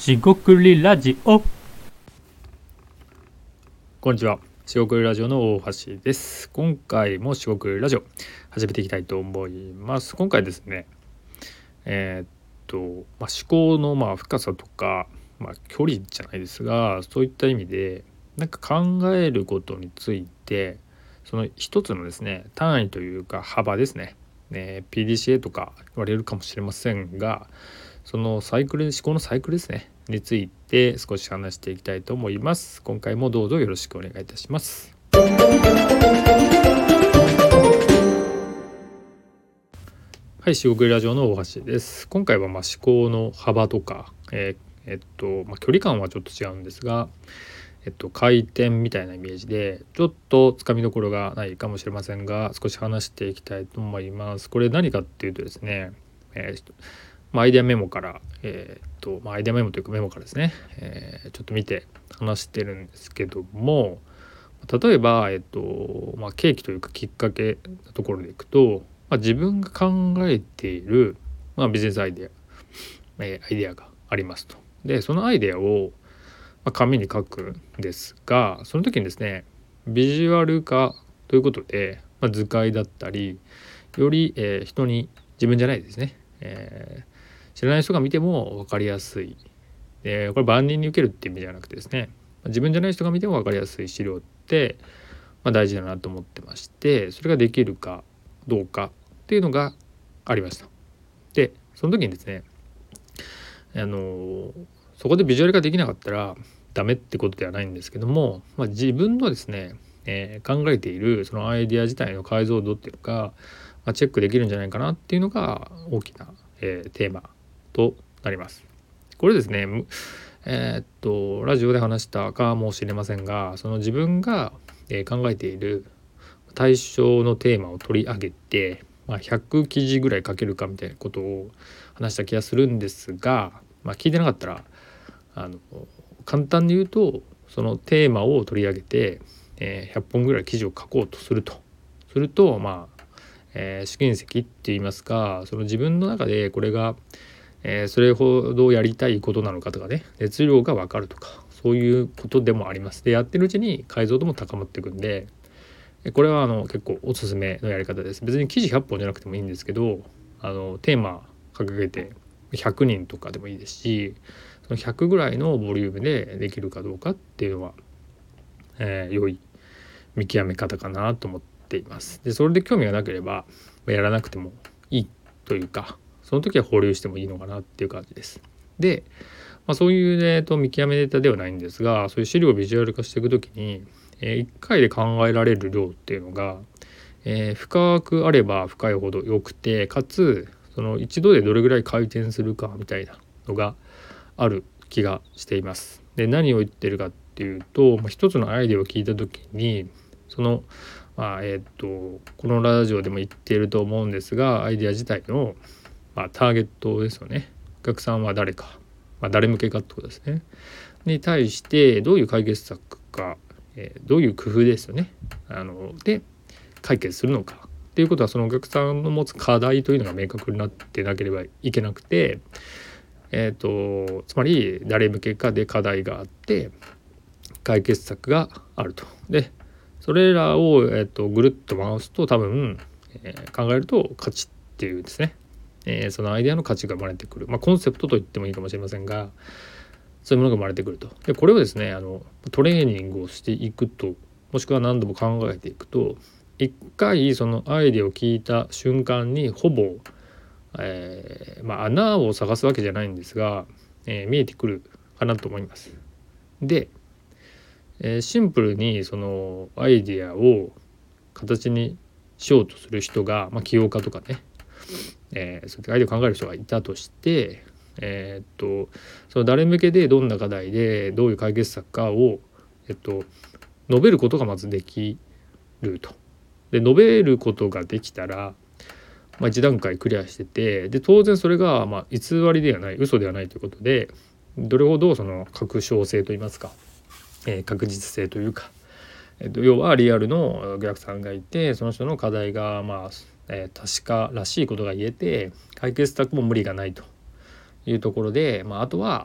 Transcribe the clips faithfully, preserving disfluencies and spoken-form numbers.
しごくりラジオ。 こんにちは、しごくりラジオの大橋です。今回もしごくりラジオ始めていきたいと思います。今回ですねえー、っと、まあ、思考のまあ深さとか、まあ、距離じゃないですが、そういった意味でなんか考えることについて、その一つのですね単位というか幅ですね、ね ピーディーシーエー とか言われるかもしれませんが、そのサイクル思考のサイクルですねについて少し話していきたいと思います。今回もどうぞよろしくお願いいたします。はい、しごくりラジオの大橋です。今回はまあ思考の幅とか、えー、えっと、まあ、距離感はちょっと違うんですが、えっと、回転みたいなイメージでちょっとつかみどころがないかもしれませんが、少し話していきたいと思います。これ何かっていうとですね、えーまあ、アイデアメモから、えーっとまあ、アイデアメモというかメモからですね、えーちょっと見て話してるんですけども、例えば、えっとまあ、契機というかきっかけのところでいくと、まあ、自分が考えている、まあ、ビジネスアイデア、えーアイデアがありますと。でそのアイデアを、まあ、紙に書くんですが、その時にですねビジュアル化ということで、まあ、図解だったりより、えー人に自分じゃないですね、えー知らない人が見ても分かりやすい、えーこれ万人に受けるっていう意味ではなくてですね、自分じゃない人が見ても分かりやすい資料って、まあ、大事だなと思ってまして、それができるかどうかっていうのがありました。でその時にですね、あのそこでビジュアル化できなかったらダメってことではないんですけども、まあ、自分のですね、えー考えているそのアイデア自体の解像度っていうのが、まあ、チェックできるんじゃないかなっていうのが大きな、えーテーマとなります。これですね、むえーっとラジオで話したかもしれませんが、その自分が、えー考えている対象のテーマを取り上げて、まあ、ひゃく記事ぐらい書けるかみたいなことを話した気がするんですが、まあ、聞いてなかったらあの簡単に言うと、そのテーマを取り上げて、えーひゃっぽんぐらい記事を書こうとするとするとまあ、えー試金石って言いますか、その自分の中でこれが、えーそれほどやりたいことなのかとかね、熱量が分かるとか、そういうことでもあります。でやってるうちに解像度も高まっていくんで、これはあの結構おすすめのやり方です。別に記事ひゃっぽんじゃなくてもいいんですけど、あのテーマ掲げてひゃくにんとかでもいいですし、そのひゃくぐらいのボリュームでできるかどうかっていうのは、えー良い見極め方かなと思っています。でそれで興味がなければやらなくてもいいというか、その時は保留してもいいのかなっていう感じです。で、まあ、そういう、えーと見極めデータではないんですが、そういう資料をビジュアル化していく時に、えー、いっかいで考えられる量っていうのが、えー深くあれば深いほど良くて、かつその一度でどれぐらい回転するかみたいなのがある気がしています。で何を言ってるかっていうと、まあ、一つのアイデアを聞いた時に、その、まあ、えっ、とこのラジオでも言っていると思うんですが、アイデア自体の、まあ、ターゲットですよね。お客さんは誰か、まあ、誰向けかってことですね。に対してどういう解決策か、えーどういう工夫ですよね、あので解決するのかっていうことは、そのお客さんの持つ課題というのが明確になってなければいけなくて、えー、とつまり誰向けかで課題があって解決策があると。でそれらを、えー、とぐるっと回すと多分、えー考えると価値っていうですね、えーそのアイデアの価値が生まれてくる、まあ、コンセプトと言ってもいいかもしれませんが、そういうものが生まれてくると。でこれをですね、あのトレーニングをしていくと、もしくは何度も考えていくと、一回そのアイデアを聞いた瞬間にほぼ、えーまあ、穴を探すわけじゃないんですが、えー見えてくるかなと思います。で、えーシンプルにそのアイデアを形にしようとする人が、まあ、起業家とかね、えー、そういったアイデアを考える人がいたとして、えーっとその誰向けでどんな課題でどういう解決策かを、えっと、述べることがまずできると。で述べることができたら、まあ、一段階クリアしてて、で当然それがまあ偽りではない、嘘ではないということで、どれほどその確証性といいますか、えー確実性というか、えっと、要はリアルのお客さんがいて、その人の課題がまあ、えー確からしいことが言えて、解決策も無理がないというところで、まあ、あとは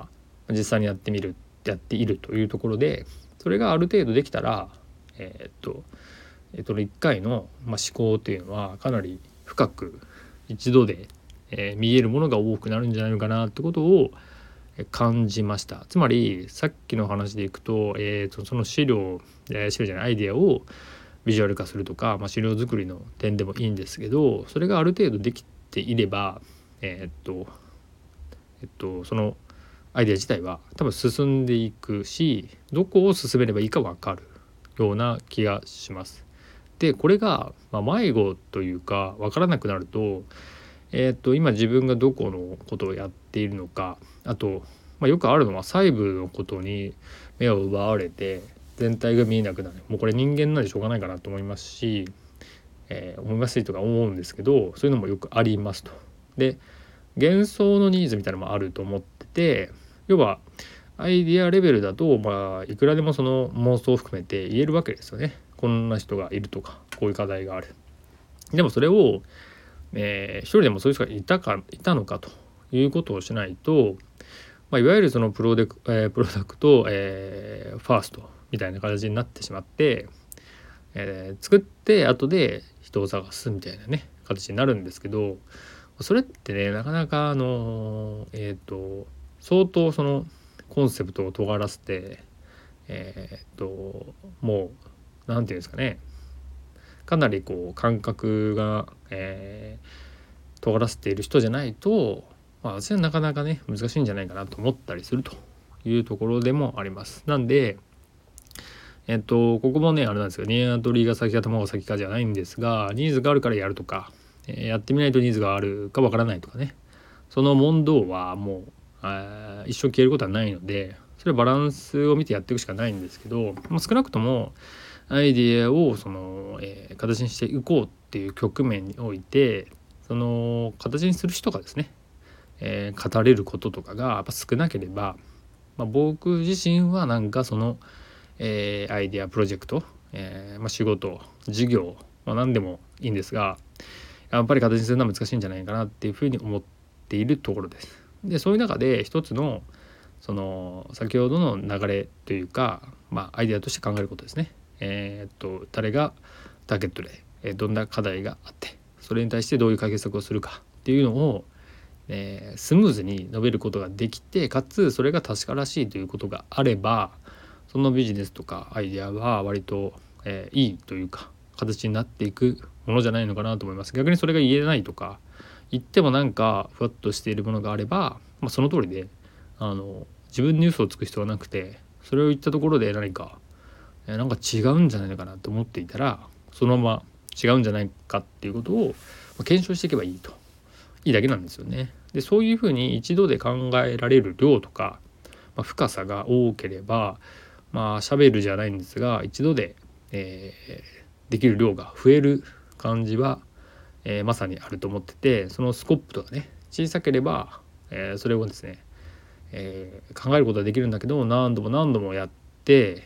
実際にやってみるやっているというところで、それがある程度できたらえー、っとえー、っといっかいの、まあ、思考というのはかなり深く一度で、えー、見えるものが多くなるんじゃないのかなってことを感じました。つまりさっきの話でいくと、えー、とその資料、えー、資料じゃないアイデアをビジュアル化するとか、まあ、資料作りの点でもいいんですけど、それがある程度できていれば、えっ、とえっとそのアイデア自体は多分進んでいくし、どこを進めればいいか分かるような気がします。でこれが、まあ、迷子というか分からなくなると、えー、と今自分がどこのことをやっているのか、あと、まあ、よくあるのは細部のことに目を奪われて全体が見えなくなる。もうこれ人間なんでしょうがないかなと思いますし、えー、思いますしとか思うんですけど、そういうのもよくありますと。で幻想のニーズみたいなのもあると思ってて、要はアイディアレベルだと、まあ、いくらでもその妄想を含めて言えるわけですよね。こんな人がいるとか、こういう課題がある。でもそれを、えー、一人でもそういう人がいたかいたのかということをしないと、まあ、いわゆるそのプロデク、えー、プロダクト、えー、ファーストみたいな形になってしまって、えー、作って後で人を探すみたいなね形になるんですけど、それってねなかなかあのえっ、ー、と相当そのコンセプトを尖らせて、えっ、ー、ともうなんていうんですかね、かなりこう感覚が、えー、尖らせている人じゃないと、まあ、私はなかなかね難しいんじゃないかなと思ったりするというところでもあります。なんでえっとここもねあれなんですよ、ニワトリが先か卵が先かじゃないんですが、ニーズがあるからやるとか、えー、やってみないとニーズがあるかわからないとかね、その問答はもうあ一生消えることはないので、それはバランスを見てやっていくしかないんですけど、まあ、少なくともアイディアをその、えー、形にしていこうっていう局面において、その形にする人がですね、えー、語れることとかがやっぱ少なければ、まあ、僕自身はなんかその、えー、アイディアプロジェクト、えーまあ、仕事事業、まあ、何でもいいんですが、やっぱり形にするのは難しいんじゃないかなっていうふうに思っているところです。でそういう中で一つのその先ほどの流れというか、まあ、アイデアとして考えることですね。えー、っと誰がターゲットで、えー、どんな課題があって、それに対してどういう解決策をするかっていうのを、えー、スムーズに述べることができて、かつそれが確からしいということがあれば、そのビジネスとかアイデアは割と、えー、いいというか形になっていくものじゃないのかなと思います。逆にそれが言えないとか言ってもなんかふわっとしているものがあれば、まあ、その通りであの自分に嘘をつく必要はなくて、それを言ったところで何かなんか違うんじゃないのかなと思っていたら、そのまま違うんじゃないかっていうことを検証していけばいいといいだけなんですよね。でそういうふうに一度で考えられる量とか、まあ、深さが多ければ、まあ喋るじゃないんですが一度で、えー、できる量が増える感じは、えー、まさにあると思ってて、そのスコップとかね小さければ、えー、それをですね、えー、考えることはできるんだけど、何度も何度もやって、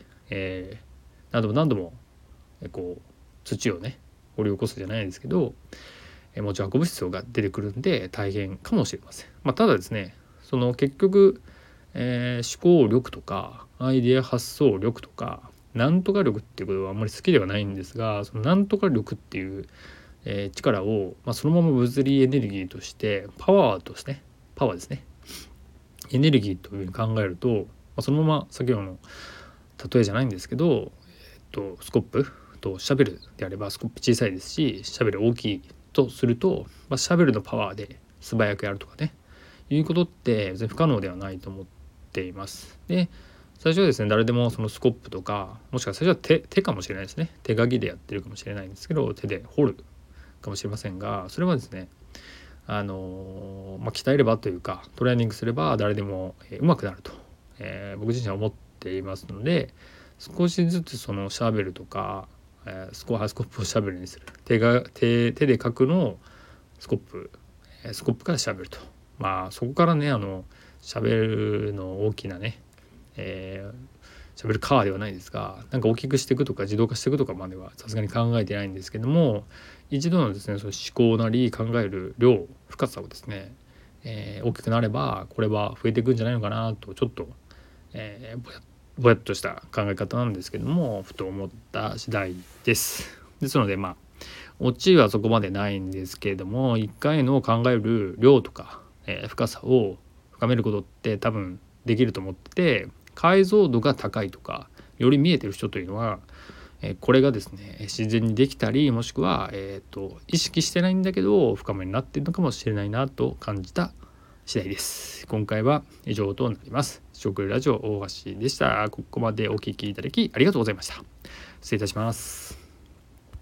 えー、何度も何度もこう土をね掘り起こすじゃないですけど、えー、持ち運ぶ必要が出てくるんで大変かもしれません。まあ、ただですね、その結局、えー、思考力とかアイデア発想力とかなんとか力っていうことはあんまり好きではないんですが、そのなんとか力っていう、えー、力を、まあ、そのまま物理エネルギーとしてパワーとしてねパワーですねエネルギーというふうに考えると、まあ、そのまま先ほどの例えじゃないんですけど、えー、っとスコップとシャベルであればスコップ小さいですし、シャベル大きいとすると、まあ、シャベルのパワーで素早くやるとかねいうことって別に不可能ではないと思っています。で最初はですね、誰でもそのスコップとか、もしくは最初は 手, 手かもしれないですね、手書きでやってるかもしれないんですけど、手で掘るかもしれませんが、それはですねあのまあ、鍛えればというかトレーニングすれば誰でもうまくなると、えー、僕自身は思っていますので、少しずつそのシャベルとか、えー、スコアスコップをシャベルにする、手が 手, 手で書くのをスコップスコップからシャベルと、まあそこからねあのシャベルの大きなね、えー、シャベルカーではないですが、なんか大きくしていくとか自動化していくとかまではさすがに考えてないんですけども、一度のですねその思考なり考える量深さをですね、えー、大きくなればこれは増えていくんじゃないのかなとちょっとえー、ぼやぼやっとした考え方なんですけども、ふと思った次第です。ですのでまあオチはそこまでないんですけれども、一回の考える量とか、えー、深さを深めることって多分できると思ってて、解像度が高いとかより見えてる人というのは、えー、これがですね自然にできたり、もしくは、えー、と意識してないんだけど深めになっているのかもしれないなと感じた次第です。今回は以上となります。食ラジオ大橋でした。ここまでお聞きいただきありがとうございました。失礼いたします。